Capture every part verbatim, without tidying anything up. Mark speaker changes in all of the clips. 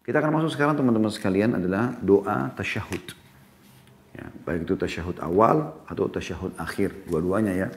Speaker 1: Kita akan masuk sekarang teman-teman sekalian adalah doa tasyahud. Ya, baik itu tasyahud awal atau tasyahud akhir, dua-duanya ya.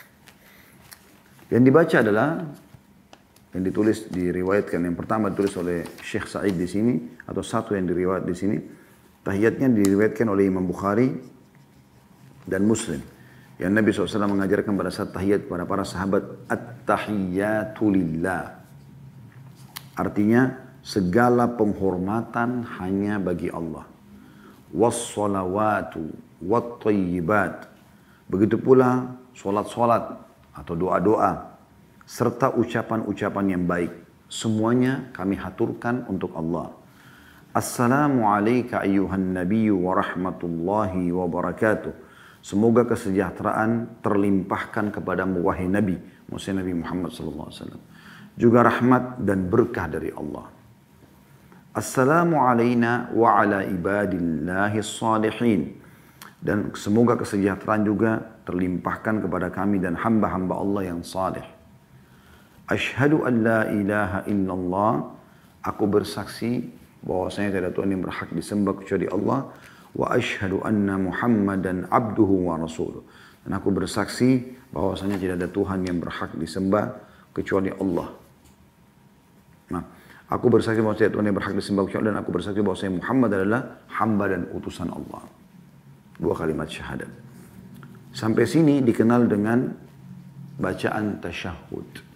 Speaker 1: Yang dibaca adalah yang ditulis diriwayatkan, yang pertama ditulis oleh Syekh Sa'id di sini atau satu yang diriwayat di sini. Tahiyatnya diriwayatkan oleh Imam Bukhari dan Muslim. Yang Nabi shallallahu alaihi wasallam mengajarkan pada saat tahiyat kepada para sahabat, at-tahiyyatu lillah. Artinya segala penghormatan hanya bagi Allah. Was-salawatu wat-thayyibat. Begitu pula solat-solat atau doa-doa serta ucapan-ucapan yang baik. Semuanya kami haturkan untuk Allah. Assalamu alayka ayyuhan nabiyyu wa rahmatullahi wa barakatuh. Semoga kesejahteraan terlimpahkan kepadamu wahai Nabi, maksudnya Nabi Muhammad sallallahu alaihi wasallam. Juga rahmat dan berkah dari Allah. Assalamu alayna wa ala ibadillahi salihin. Dan semoga kesejahteraan juga terlimpahkan kepada kami dan hamba-hamba Allah yang saleh. Ashhadu an la ilaha illallah. Aku bersaksi bahwasanya tidak ada Tuhan yang berhak disembah kecuali Allah. Wa ashhadu anna Muhammadan abduhu wa rasuluh. Dan aku bersaksi bahwasanya tidak ada Tuhan yang berhak disembah kecuali Allah. Nah, aku bersaksi bahwasanya Tuhan yang berhak disembah kecuali Allah, dan aku bersaksi bahwasanya Muhammad adalah hamba dan utusan Allah. Dua kalimat syahadat. Sampai sini dikenal dengan bacaan tasyahud.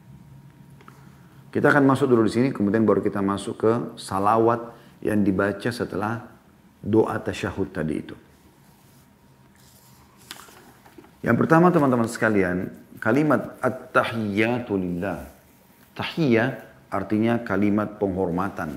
Speaker 1: Kita akan masuk dulu di sini, kemudian baru kita masuk ke salawat yang dibaca setelah doa tasyahud tadi itu. Yang pertama teman-teman sekalian, kalimat at-tahiyyatu lillah. Tahiyyah artinya kalimat penghormatan.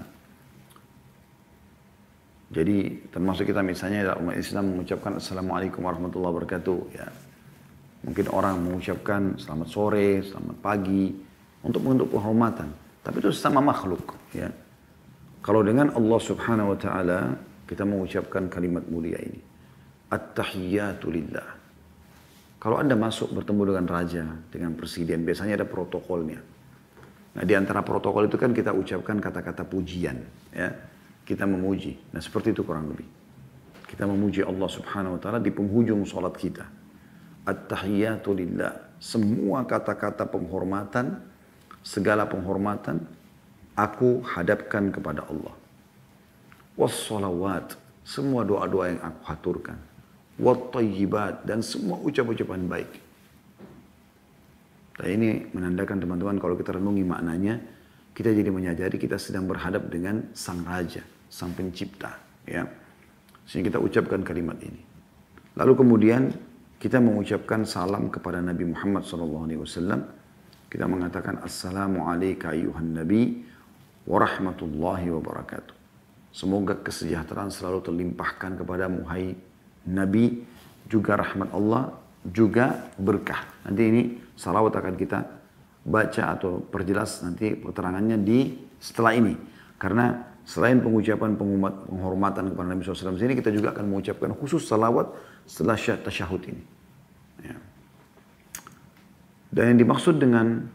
Speaker 1: Jadi termasuk kita misalnya dalam umat Islam mengucapkan Assalamualaikum warahmatullahi wabarakatuh. Ya. Mungkin orang mengucapkan selamat sore, selamat pagi, untuk bentuk penghormatan. Tapi itu sama makhluk. Ya. Kalau dengan Allah subhanahu wa ta'ala, kita mengucapkan kalimat mulia ini. At-tahiyyatu lillah. Kalau Anda masuk bertemu dengan raja, dengan presiden, biasanya ada protokolnya. Nah di antara protokol itu kan kita ucapkan kata-kata pujian. Ya. Kita memuji. Nah seperti itu kurang lebih. Kita memuji Allah subhanahu wa ta'ala di penghujung sholat kita. At-tahiyyatu lillah. Semua kata-kata penghormatan, segala penghormatan, aku hadapkan kepada Allah. Was-salawat. Semua doa-doa yang aku haturkan. Wat-thayyibat. Dan semua ucap-ucapan baik. Dan ini menandakan teman-teman kalau kita renungi maknanya, kita jadi menyadari kita sedang berhadap dengan sang raja, sang pencipta. Ya. Sehingga kita ucapkan kalimat ini. Lalu kemudian kita mengucapkan salam kepada Nabi Muhammad sallallahu alaihi wasallam. Kita mengatakan Assalamu alayka ayyuhan nabi wa rahmatullahi wa barakatuh. Semoga kesejahteraan selalu terlimpahkan kepadamu hai Nabi, juga rahmat Allah, juga berkah. Nanti ini salawat akan kita baca atau perjelas nanti keterangannya di setelah ini. Karena selain pengucapan penghormatan kepada Nabi shallallahu alaihi wasallam sini, kita juga akan mengucapkan khusus salawat setelah tasyahud ini. Ya. Dan yang dimaksud dengan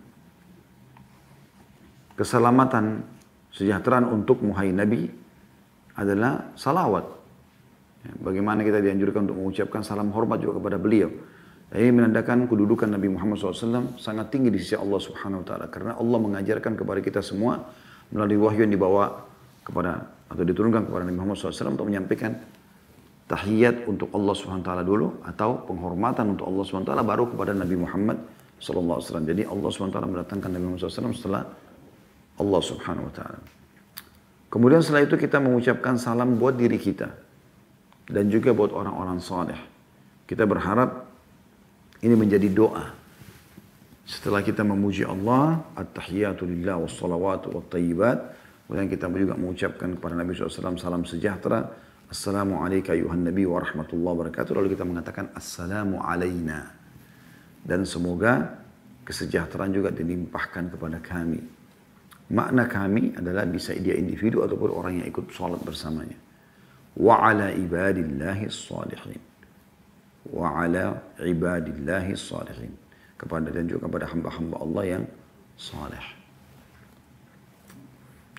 Speaker 1: keselamatan, sejahteraan untuk muhai Nabi adalah salawat. Ya, bagaimana kita dianjurkan untuk mengucapkan salam hormat juga kepada beliau. Dan ini menandakan kedudukan Nabi Muhammad shallallahu alaihi wasallam sangat tinggi di sisi Allah subhanahu wa ta'ala. Karena Allah mengajarkan kepada kita semua melalui wahyu yang dibawa kepada atau diturunkan kepada Nabi Muhammad shallallahu alaihi wasallam untuk menyampaikan tahiyat untuk Allah subhanahu wa ta'ala dulu, atau penghormatan untuk Allah subhanahu wa ta'ala baru kepada Nabi Muhammad shallallahu alaihi wasallam. Jadi Allah subhanahu wa ta'ala mendatangkan Nabi Muhammad shallallahu alaihi wasallam setelah Allah subhanahu wa ta'ala. Kemudian setelah itu kita mengucapkan salam buat diri kita. Dan juga buat orang-orang saleh. Kita berharap ini menjadi doa. Setelah kita memuji Allah, at-tahiyyatu lillah was-salawatu wat-thayyibat. Kemudian kita juga mengucapkan kepada Nabi shallallahu alaihi wasallam salam sejahtera. Assalamu alayka ayuhan nabi wa rahmatullahi wa barakatuh. Lalu kita mengatakan assalamu alayna. Dan semoga kesejahteraan juga dilimpahkan kepada kami. Makna kami adalah bisa dia individu ataupun orang yang ikut sholat bersamanya. Wa ala ibadillahi salihin. Wa ala ibadillahi salihin. Kepada dan juga kepada hamba-hamba Allah yang saleh.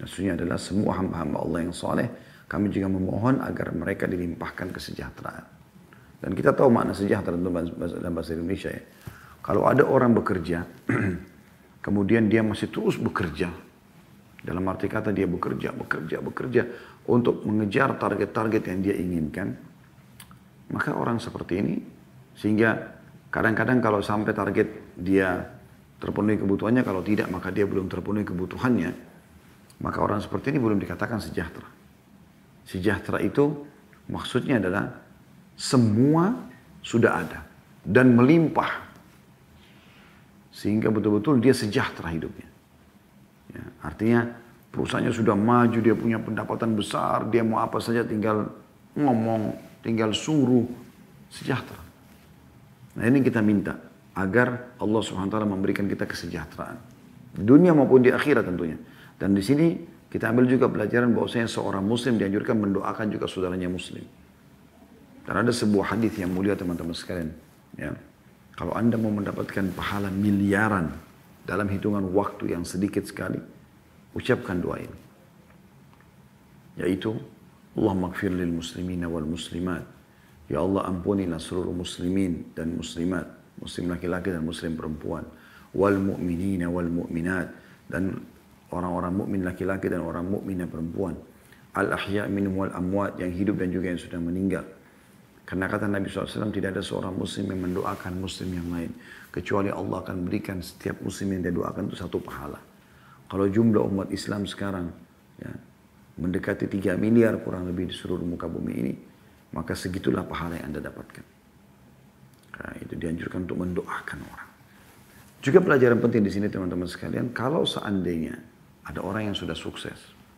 Speaker 1: Maksudnya adalah semua hamba-hamba Allah yang soleh, kami juga memohon agar mereka dilimpahkan kesejahteraan. Dan kita tahu makna sejahtera dalam bahasa Indonesia ya. Kalau ada orang bekerja, kemudian dia masih terus bekerja, dalam arti kata dia bekerja, bekerja, bekerja untuk mengejar target-target yang dia inginkan, maka orang seperti ini, sehingga kadang-kadang kalau sampai target dia terpenuhi kebutuhannya, kalau tidak maka dia belum terpenuhi kebutuhannya, maka orang seperti ini belum dikatakan sejahtera. Sejahtera itu maksudnya adalah semua sudah ada dan melimpah. Sehingga betul-betul dia sejahtera hidupnya. Ya, artinya perusahaannya sudah maju, dia punya pendapatan besar, dia mau apa saja tinggal ngomong, tinggal suruh, sejahtera. Nah ini kita minta agar Allah subhanahu wa taala memberikan kita kesejahteraan. Di dunia maupun di akhirat tentunya. Dan di sini kita ambil juga pelajaran bahwasanya seorang muslim dianjurkan mendoakan juga saudaranya muslim. Dan ada sebuah hadis yang mulia teman-teman sekalian. Ya. Kalau Anda mau mendapatkan pahala miliaran dalam hitungan waktu yang sedikit sekali, ucapkan doa ini. Yaitu, Allahumma gfir lil muslimina wal muslimat. Ya Allah ampunilah seluruh muslimin dan muslimat. Muslim laki-laki dan muslim perempuan. Wal mu'minina wal mu'minat. Dan orang-orang mukmin laki-laki dan orang mukminah perempuan. Al-ahya' minhum wal amwat, yang hidup dan juga yang sudah meninggal. Karena kata Nabi shallallahu alaihi wasallam tidak ada seorang muslim yang mendoakan muslim yang lain. Kecuali Allah akan berikan setiap muslim yang dia doakan itu satu pahala. Kalau jumlah umat Islam sekarang ya, mendekati tiga miliar kurang lebih di seluruh muka bumi ini, maka segitulah pahala yang Anda dapatkan. Karena itu dianjurkan untuk mendoakan orang. Juga pelajaran penting di sini teman-teman sekalian, kalau seandainya ada orang yang sudah sukses,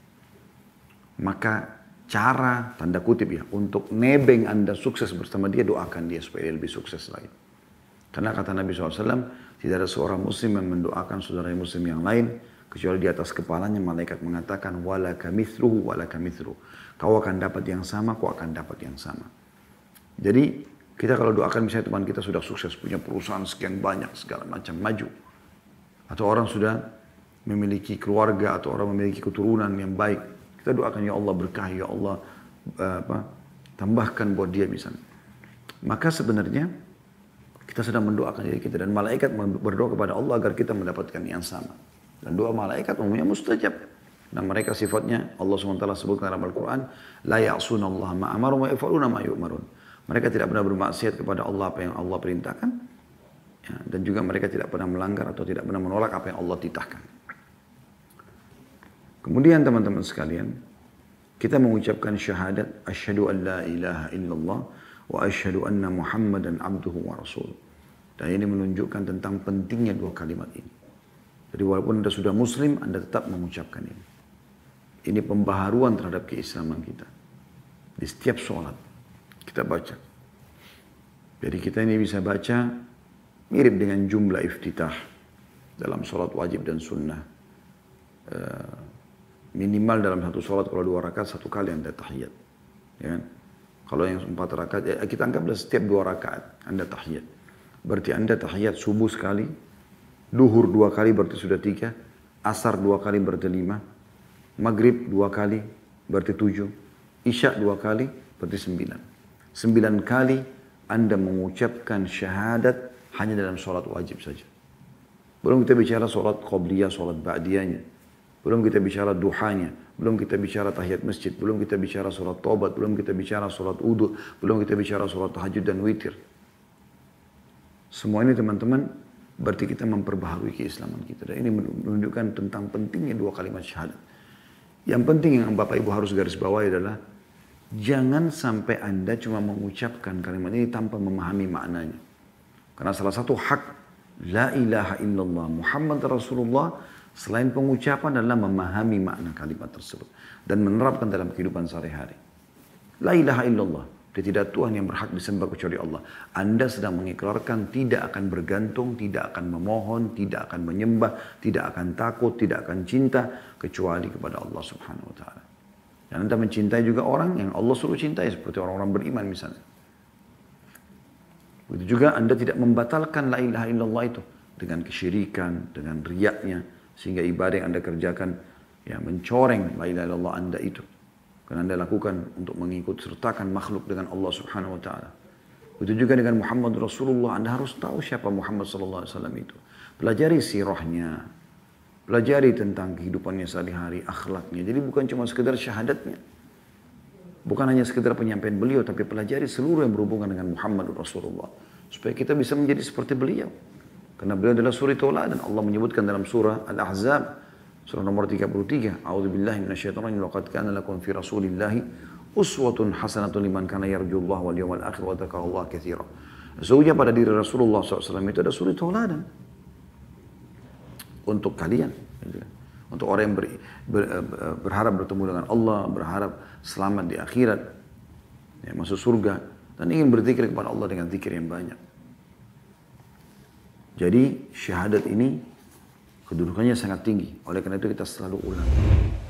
Speaker 1: maka cara, tanda kutip ya, untuk nebeng Anda sukses bersama dia, doakan dia supaya dia lebih sukses lagi. Karena kata Nabi shallallahu alaihi wasallam, tidak ada seorang muslim yang mendoakan saudara muslim yang lain, kecuali di atas kepalanya malaikat mengatakan, wala kamithluhu, wala kamithluhu. Kau akan dapat yang sama, kau akan dapat yang sama. Jadi, kita kalau doakan misalnya teman kita sudah sukses, punya perusahaan sekian banyak, segala macam, maju. Atau orang sudah memiliki keluarga, atau orang memiliki keturunan yang baik. Kita doakan, ya Allah berkah, ya Allah apa, tambahkan buat dia misalnya. Maka sebenarnya kita sedang mendoakan diri kita. Dan malaikat berdoa kepada Allah agar kita mendapatkan yang sama. Dan doa malaikat umumnya mustajab. Dan mereka sifatnya Allah subhanahu wa taala sebutkan dalam Al-Quran, la ya'sunallaha ma'amarum wa yaf'aluna ma yu'marun. Mereka tidak pernah bermaksiat kepada Allah apa yang Allah perintahkan. Ya, dan juga mereka tidak pernah melanggar atau tidak pernah menolak apa yang Allah titahkan. Kemudian teman-teman sekalian, kita mengucapkan syahadat asyhadu an la ilaha illallah wa asyhadu anna Muhammadan abduhu wa rasuluh. Dan ini menunjukkan tentang pentingnya dua kalimat ini. Jadi walaupun Anda sudah muslim, Anda tetap mengucapkan ini. Ini pembaharuan terhadap keislaman kita. Di setiap sholat kita baca. Jadi kita ini bisa baca mirip dengan jumlah iftitah dalam sholat wajib dan sunnah. Uh, Minimal dalam satu sholat kalau dua rakaat satu kali Anda tahiyat. Ya kan? Kalau yang empat rakaat, ya kita anggaplah setiap dua rakaat Anda tahiyat. Berarti Anda tahiyat subuh sekali, duhur dua kali berarti sudah tiga, asar dua kali berarti lima, maghrib dua kali berarti tujuh, isya dua kali berarti sembilan. Sembilan kali Anda mengucapkan syahadat hanya dalam sholat wajib saja. Belum kita bicara sholat qobliyah, sholat ba'diyahnya. Belum kita bicara duhanya, belum kita bicara tahiyat masjid, belum kita bicara sholat taubat, belum kita bicara sholat udhu, belum kita bicara sholat tahajud dan witir. Semua ini teman-teman berarti kita memperbaharui keislaman kita. Dan ini menunjukkan tentang pentingnya dua kalimat syahadat. Yang penting yang Bapak Ibu harus garis bawahi adalah jangan sampai Anda cuma mengucapkan kalimat ini tanpa memahami maknanya. Karena salah satu hak la ilaha illallah Muhammad Rasulullah selain pengucapan adalah memahami makna kalimat tersebut dan menerapkan dalam kehidupan sehari-hari. La ilaha illallah, dia tidak Tuhan yang berhak disembah kecuali Allah. Anda sedang mengikrarkan tidak akan bergantung, tidak akan memohon, tidak akan menyembah, tidak akan takut, tidak akan cinta kecuali kepada Allah Subhanahu wa taala. Dan Anda mencintai juga orang yang Allah suruh cintai seperti orang-orang beriman misalnya. Begitu juga Anda tidak membatalkan la ilaha illallah itu dengan kesyirikan, dengan riyaknya. Sehingga ibadah yang Anda kerjakan ya mencoreng la ilaha illallah Anda itu. Karena Anda lakukan untuk mengikut sertakan makhluk dengan Allah Subhanahu wa taala. Begitu juga dengan Muhammad Rasulullah, Anda harus tahu siapa Muhammad sallallahu alaihi wasallam itu. Pelajari sirahnya, pelajari tentang kehidupannya sehari-hari, akhlaknya. Jadi bukan cuma sekedar syahadatnya. Bukan hanya sekedar penyampaian beliau, tapi pelajari seluruh yang berhubungan dengan Muhammad Rasulullah. Supaya kita bisa menjadi seperti beliau. Karena beliau adalah suri tauladan. Allah menyebutkan dalam surah Al-Ahzab, surah nomor tiga puluh tiga. A'udzubillahi minasyaitonir rajim. Laqad kana lakum fi Rasulillahi uswatun hasanatun liman kana yarjullaha wal yawmal akhir wa dzakarallaha katsira. Sesungguhnya pada diri Rasulullah shallallahu alaihi wasallam itu ada suri tauladan. Untuk kalian. Untuk orang yang ber, ber, berharap bertemu dengan Allah, berharap selamat di akhirat, ya, masuk surga, dan ingin berzikir kepada Allah dengan zikir yang banyak. Jadi syahadat ini kedudukannya sangat tinggi. Oleh karena itu kita selalu ulang.